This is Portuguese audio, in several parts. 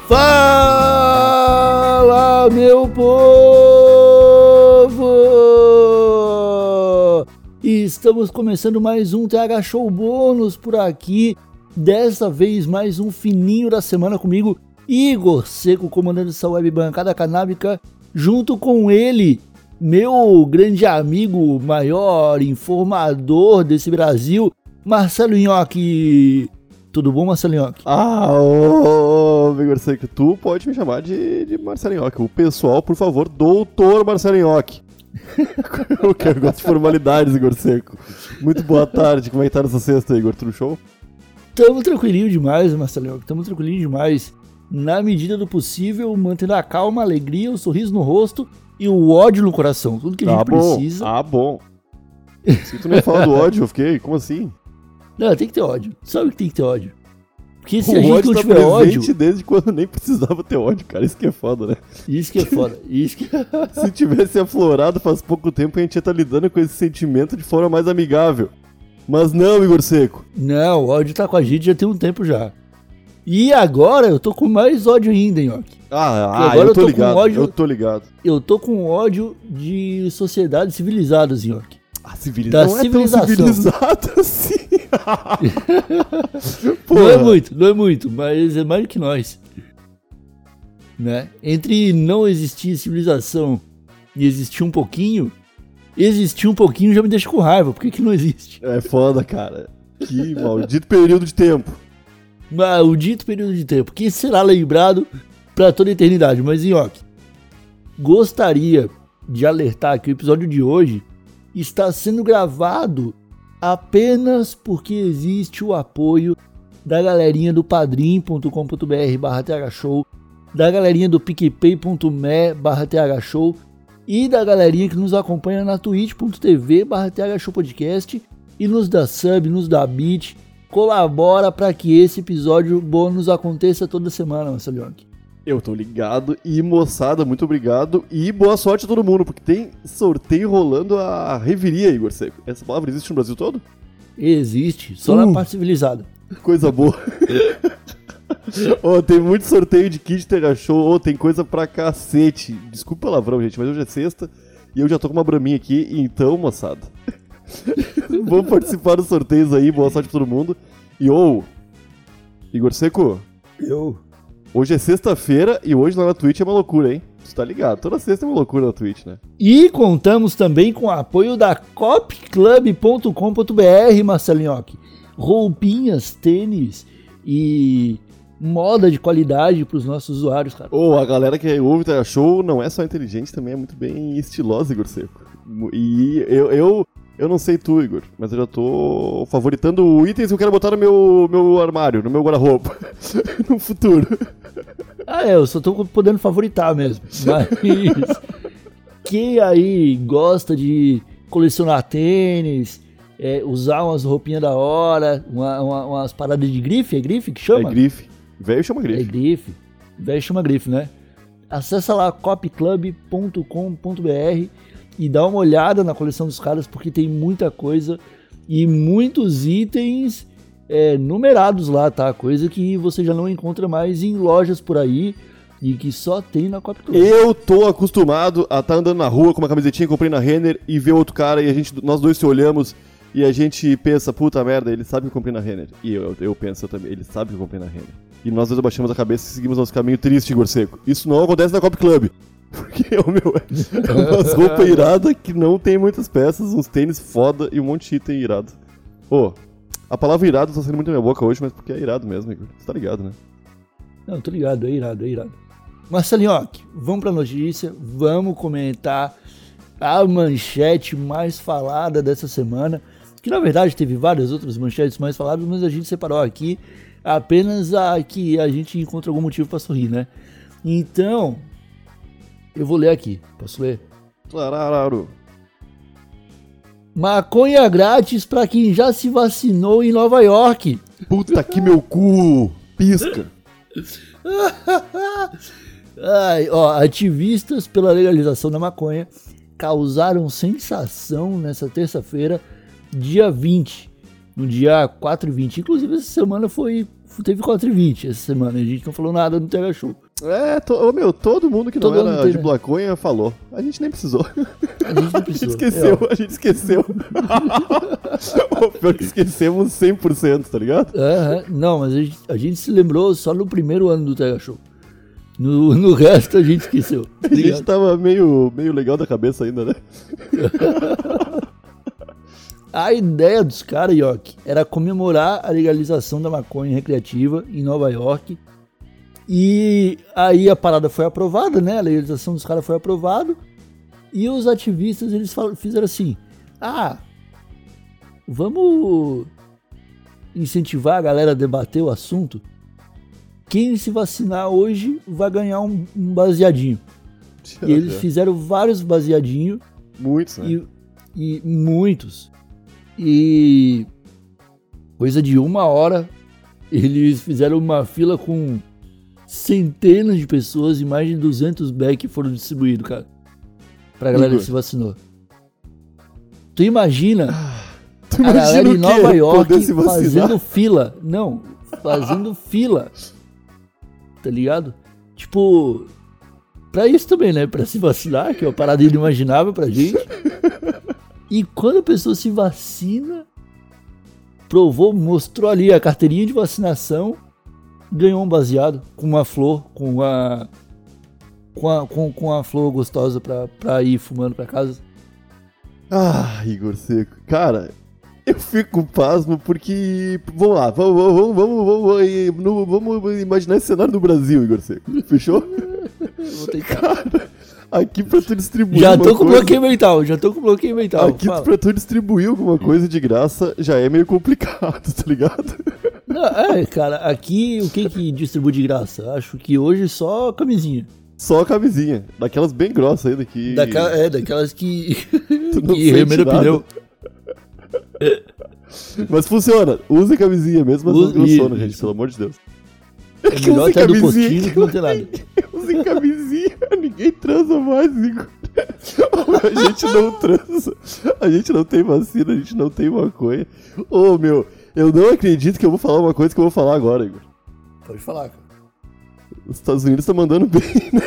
Fala, meu povo! Estamos começando mais um TH Show Bônus por aqui. Dessa vez mais um fininho da semana comigo, Igor Seco, comandando essa web bancada canábica, junto com ele, meu grande amigo, maior informador desse Brasil, Marcelo Nhoque. Tudo bom, Marcelo Nhoque? Igor Seco, tu pode me chamar de Marcelo Nhoque. O pessoal, por favor, doutor Marcelo Nhoque. Eu gosto de formalidades, Igor Seco. Muito boa tarde, como é que tá nessa sexta, Igor? Tudo show? Tamo tranquilinho demais, Marcelo Nhoque, tamo tranquilinho demais. Na medida do possível, mantendo a calma, a alegria, o sorriso no rosto e o ódio no coração. Tudo que a gente precisa. Bom. Se tu nem fala do ódio, eu fiquei, como assim? Não, tem que ter ódio. Sabe que tem que ter ódio. Porque se o a gente ódio não tá tiver presente ódio... desde quando nem precisava ter ódio, cara. Isso que é foda, né? Isso que é foda. Se tivesse aflorado faz pouco tempo, a gente ia estar lidando com esse sentimento de forma mais amigável. Mas não, Igor Seco. Não, o ódio tá com a gente já tem um tempo já. E agora eu tô com mais ódio ainda, Nhoque. Agora eu tô ligado, eu tô ligado. Eu tô com ódio de sociedades civilizadas, Nhoque. A civilização não é tão civilizada assim. Não é muito, mas é mais do que nós. Né? Entre não existir civilização e existir um pouquinho já me deixa com raiva. Por que não existe? É foda, cara. Que maldito período de tempo. Maldito período de tempo, que será lembrado pra toda a eternidade. Mas, Nhoque, gostaria de alertar que o episódio de hoje está sendo gravado apenas porque existe o apoio da galerinha do padrim.com.br/thshow, da galerinha do picpay.me/thshow e da galerinha que nos acompanha na twitch.tv/thshowpodcast e nos dá sub, nos dá beat, colabora para que esse episódio bônus aconteça toda semana, Marcelo Nhoque. Eu tô ligado e, moçada, muito obrigado e boa sorte a todo mundo, porque tem sorteio rolando a reviria, Igor Seco. Essa palavra existe no Brasil todo? Existe, só na parte civilizada. Coisa boa. Tem muito sorteio de kit TH Show, tem coisa pra cacete. Desculpa o palavrão, gente, mas hoje é sexta e eu já tô com uma braminha aqui, então, moçada, vamos participar dos sorteios aí, boa sorte pra todo mundo. E, Igor Seco? Hoje é sexta-feira e hoje lá na Twitch é uma loucura, hein? Tu tá ligado? Toda sexta é uma loucura na Twitch, né? E contamos também com o apoio da copclub.com.br, Marcelo Nhoque. Roupinhas, tênis e moda de qualidade pros nossos usuários, cara. A galera que ouve o TH Show não é só inteligente, também é muito bem estilosa, Igor Seco. E eu não sei tu, Igor, mas eu já tô favoritando itens que eu quero botar no meu armário, no meu guarda-roupa, no futuro. Eu só tô podendo favoritar mesmo. Mas quem aí gosta de colecionar tênis, usar umas roupinhas da hora, umas paradas de grife, é grife que chama? É grife. Velho chama grife. É grife. Velho chama grife, né? Acessa lá copclub.com.br e dá uma olhada na coleção dos caras, porque tem muita coisa e muitos itens numerados lá, tá? Coisa que você já não encontra mais em lojas por aí e que só tem na Cop Club. Eu tô acostumado a estar andando na rua com uma camisetinha que comprei na Renner e ver outro cara e nós dois se olhamos e a gente pensa, puta merda, ele sabe que eu comprei na Renner. E eu penso também, ele sabe que eu comprei na Renner. E nós dois abaixamos a cabeça e seguimos nosso caminho triste, Igor Seco. Isso não acontece na Cop Club. Porque é umas roupas iradas que não tem muitas peças, uns tênis foda e um monte de item irado. A palavra irado tá saindo muito na minha boca hoje, mas porque é irado mesmo, Igor. Você tá ligado, né? Não, tô ligado, é irado. Marcelo Nhoque, vamos pra notícia, vamos comentar a manchete mais falada dessa semana, que na verdade teve várias outras manchetes mais faladas, mas a gente separou aqui apenas a que a gente encontra algum motivo pra sorrir, né? Então, eu vou ler aqui. Posso ler? Claro. Maconha grátis pra quem já se vacinou em Nova York. Puta que meu cu! Pisca! Ativistas pela legalização da maconha causaram sensação nessa terça-feira, dia 20. No dia 4/20. Inclusive, essa semana foi teve 4,20 essa semana, a gente não falou nada no TH Show. Todo mundo que não Todo mundo era tem, de né? maconha falou. A gente nem precisou. A gente não precisou. A gente esqueceu. O pior que esquecemos 100%, tá ligado? Não, mas a gente se lembrou só no primeiro ano do TH Show. No resto a gente esqueceu. Tá A gente ligado? tava meio legal da cabeça ainda, né? A ideia dos caras, York, era comemorar a legalização da maconha recreativa em Nova York. E aí a parada foi aprovada, né? A legalização dos caras foi aprovada. E os ativistas, eles fizeram assim: vamos incentivar a galera a debater o assunto. Quem se vacinar hoje vai ganhar um baseadinho. E eles fizeram vários baseadinhos. Muitos, né? E muitos. E coisa de 1 hora, eles fizeram uma fila com centenas de pessoas e mais de 200 bags foram distribuídos, cara. Pra galera que se vacinou. Tu imagina a galera em Nova York fazendo fila. Não, fazendo fila. Tá ligado? Tipo, pra isso também, né? Pra se vacinar, que é uma parada inimaginável pra gente. E quando a pessoa se vacina, mostrou ali a carteirinha de vacinação, ganhou um baseado com uma flor, com a flor gostosa pra ir fumando pra casa. Igor Seco. Cara, eu fico pasmo porque... Vamos lá, vamos imaginar esse cenário do Brasil, Igor Seco. Fechou? Vou tentar. Cara, aqui pra tu distribuir Já tô com bloqueio mental. Aqui pra tu distribuir alguma coisa de graça já é meio complicado, tá ligado? Não, cara, aqui o que distribui de graça? Acho que hoje só camisinha. Só a camisinha, daquelas bem grossas ainda que... Daquelas que... Tu não que sente remenda nada. pneu. Mas funciona, use camisinha, mesmo as grossonas, gente, pelo amor de Deus. É melhor até do postinho do que não ter nada. Use camisinha, ninguém transa mais, Igor. A gente não transa, a gente não tem vacina, a gente não tem maconha. Meu, eu não acredito que eu vou falar uma coisa que eu vou falar agora, Igor. Pode falar, cara. Os Estados Unidos estão mandando bem, né?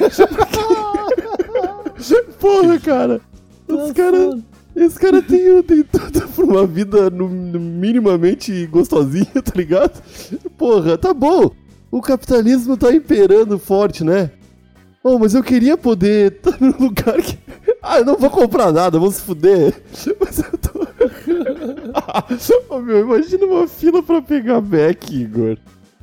Porra, cara. Esse cara tem toda uma vida minimamente gostosinha, tá ligado? Porra, tá bom. O capitalismo tá imperando forte, né? Mas eu queria poder estar num lugar que... eu não vou comprar nada, vou se fuder. Mas eu tô... meu, imagina uma fila pra pegar Mac, Igor.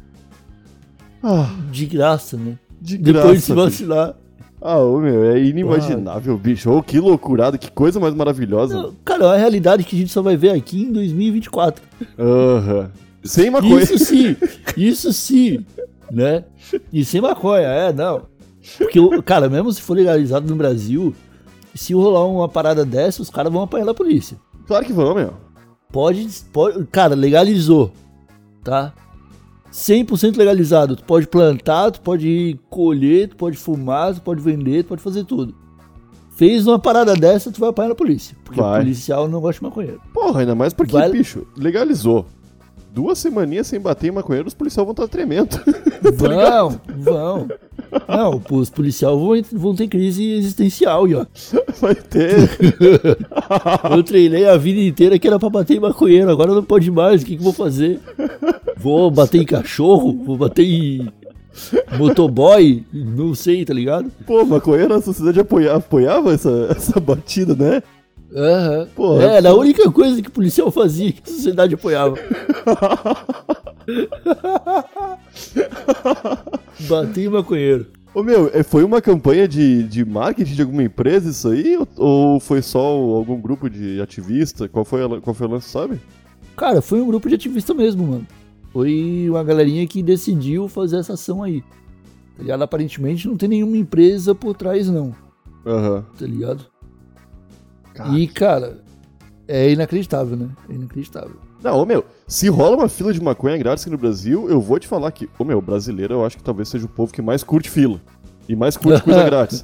De graça, né? Depois de se vacinar. Meu, é inimaginável, bicho. Que loucurada, que coisa mais maravilhosa. Não, cara, é uma realidade que a gente só vai ver aqui em 2024. Sem maconha. Isso sim, né? E sem maconha, não. Porque, cara, mesmo se for legalizado no Brasil, se rolar uma parada dessa, os caras vão apanhar da polícia. Claro que vão, meu. Pode, cara, legalizou, tá? 100% legalizado. Tu pode plantar, tu pode colher, tu pode fumar, tu pode vender, tu pode fazer tudo. Fez uma parada dessa, tu vai apanhar na polícia. Porque o policial não gosta de maconheiro. Porra, ainda mais porque, bicho, legalizou. 2 semaninhas sem bater em maconheiro, os policiais vão estar tremendo. Vão. Não, os policiais vão ter crise existencial, ó. Vai ter. Eu treinei a vida inteira que era pra bater em maconheiro, agora não pode mais, o que eu vou fazer? Vou bater em cachorro? Vou bater em motoboy? Não sei, tá ligado? Pô, maconheiro, a sociedade apoiava essa batida, né? Porra, era a única coisa que o policial fazia que a sociedade apoiava. Bater em maconheiro. Meu, foi uma campanha de marketing de alguma empresa isso aí? Ou foi só algum grupo de ativista? Qual foi o lance, sabe? Cara, foi um grupo de ativista mesmo, mano. Foi uma galerinha que decidiu fazer essa ação aí. Tá ligado? Aparentemente não tem nenhuma empresa por trás, não. Tá ligado? E, cara, é inacreditável, né? É inacreditável. Não, meu, se rola uma fila de maconha grátis aqui no Brasil, eu vou te falar que, meu, brasileiro eu acho que talvez seja o povo que mais curte fila. E mais curte coisa grátis.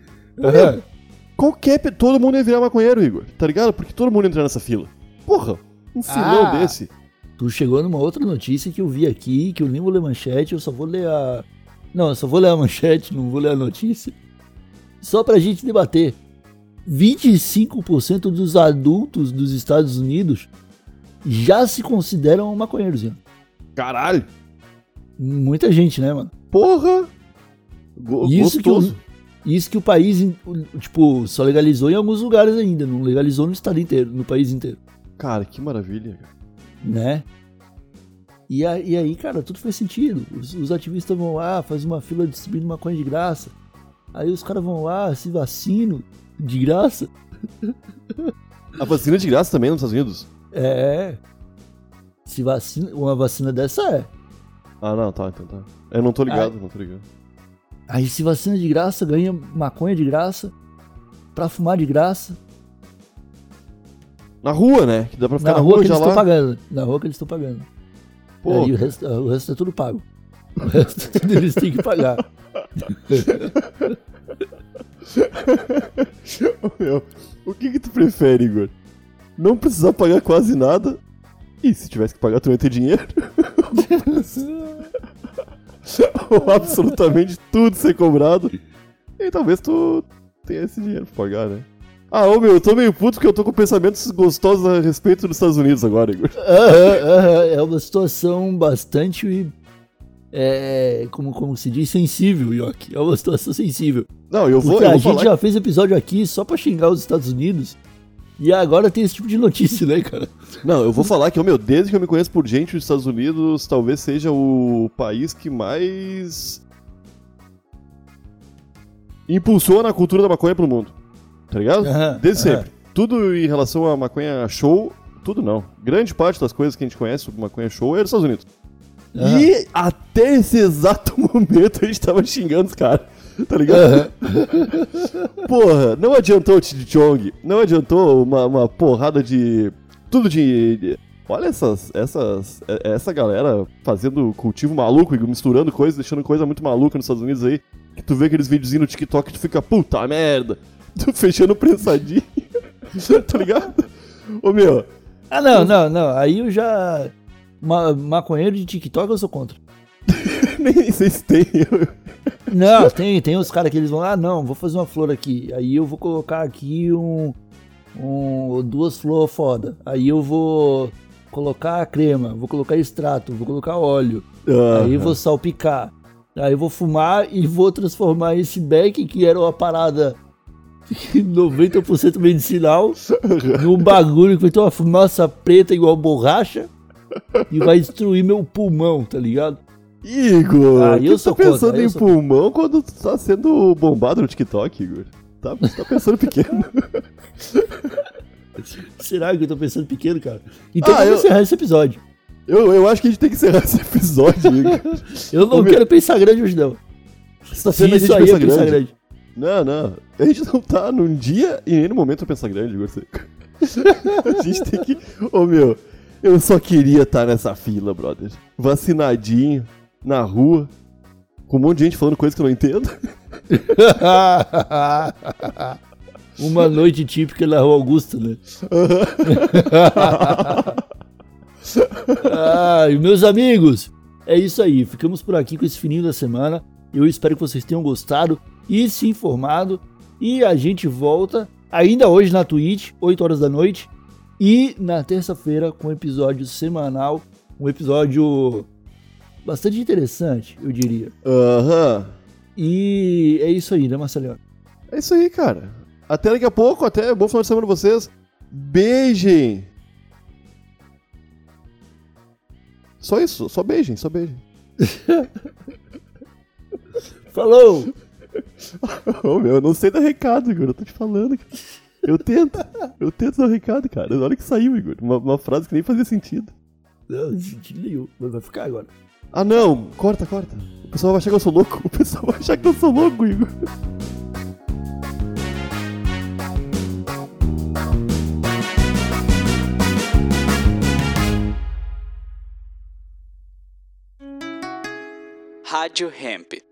Todo mundo ia virar maconheiro, Igor, tá ligado? Porque todo mundo entra nessa fila. Porra, um filão desse. Tu chegou numa outra notícia que eu vi aqui, que eu nem vou ler manchete, eu só vou ler a... Não, eu só vou ler a manchete, não vou ler a notícia. Só pra gente debater. 25% dos adultos dos Estados Unidos já se consideram maconheiros, Ian. Caralho! Muita gente, né, mano? Porra! Isso que o país, tipo, só legalizou em alguns lugares ainda, não legalizou no estado inteiro, no país inteiro. Cara, que maravilha. Né? E aí, cara, tudo faz sentido. Os ativistas vão lá, fazem uma fila distribuindo maconha de graça. Aí os caras vão lá, se vacinam de graça. A vacina é de graça também nos Estados Unidos? É. Se vacina, uma vacina dessa é. Ah, não, tá, então tá. Eu não tô ligado, não tô ligado. Aí se vacina de graça, ganha maconha de graça, pra fumar de graça. Na rua, né? Que dá pra ficar na rua que já eles lá. estão pagando. Na rua que eles estão pagando. Pô, e aí o resto é tudo pago. O resto tudo eles têm que pagar. Meu, o que tu prefere, Igor? Não precisar pagar quase nada? E se tivesse que pagar, tu não ia ter dinheiro? Ou absolutamente tudo ser cobrado? E talvez tu tenha esse dinheiro pra pagar, né? Ah, ô meu, eu tô meio puto porque eu tô com pensamentos gostosos a respeito dos Estados Unidos agora, Igor. É uma situação bastante... como se diz, sensível, Yoki. É uma situação sensível. Não, eu vou Porque a gente falar já fez episódio aqui só pra xingar os Estados Unidos. E agora tem esse tipo de notícia, né, cara? Não, eu vou falar que, meu, desde que eu me conheço por gente, os Estados Unidos talvez seja o país que mais impulsiona a cultura da maconha pro mundo. Tá ligado? Desde sempre. Tudo em relação a maconha show, tudo não. Grande parte das coisas que a gente conhece sobre maconha show é dos Estados Unidos. E até esse exato momento a gente tava xingando os caras. Tá ligado? Porra, não adiantou o Chong, não adiantou uma porrada de... Tudo de... Olha essa galera fazendo cultivo maluco e misturando coisas, deixando coisa muito maluca nos Estados Unidos aí. Que tu vê aqueles videozinhos no TikTok e tu fica, puta merda. Tu fechando prensadinho. Tá ligado? Ô meu... Ah, não. Aí eu já... Maconheiro de TikTok eu sou contra. Nem sei se tem. Não, tem os caras que eles vão lá, não, vou fazer uma flor aqui. Aí eu vou colocar aqui duas flores foda. Aí eu vou colocar crema, vou colocar extrato, vou colocar óleo. Aí eu vou salpicar. Aí eu vou fumar e vou transformar esse beck, que era uma parada 90% medicinal, num bagulho que vai ter uma fumaça preta igual borracha e vai destruir meu pulmão, tá ligado? Igor, eu sou tá pensando contra, em pulmão quando tu tá sendo bombado no TikTok, Igor? Tá pensando pequeno. Será que eu tô pensando pequeno, cara? Então vamos encerrar esse episódio. Eu acho que a gente tem que encerrar esse episódio, Igor. Eu não quero pensar grande hoje, não. Você tá sendo isso aí é pensar grande. Não. A gente não tá num dia e nem no momento pra pensar grande, Igor. A gente tem que... meu, eu só queria estar nessa fila, brother. Vacinadinho. Na rua, com um monte de gente falando coisas que eu não entendo. Uma noite típica na Rua Augusta, né? E meus amigos, é isso aí. Ficamos por aqui com esse fininho da semana. Eu espero que vocês tenham gostado e se informado. E a gente volta ainda hoje na Twitch, 8 horas da noite. E na terça-feira com um episódio semanal. Um episódio... bastante interessante, eu diria. E é isso aí, né, Marcelinho? É isso aí, cara. Até daqui a pouco, até bom final de semana pra vocês. Beijem. Só isso, só beijem. Falou! Meu, eu não sei dar recado, Igor, eu tô te falando. Eu tento dar recado, cara. Olha que saiu, Igor. Uma frase que nem fazia sentido. Não, sentido nenhum, mas vai ficar agora. Ah, não! Corta. O pessoal vai achar que eu sou louco. Igor. Rádio Hemp.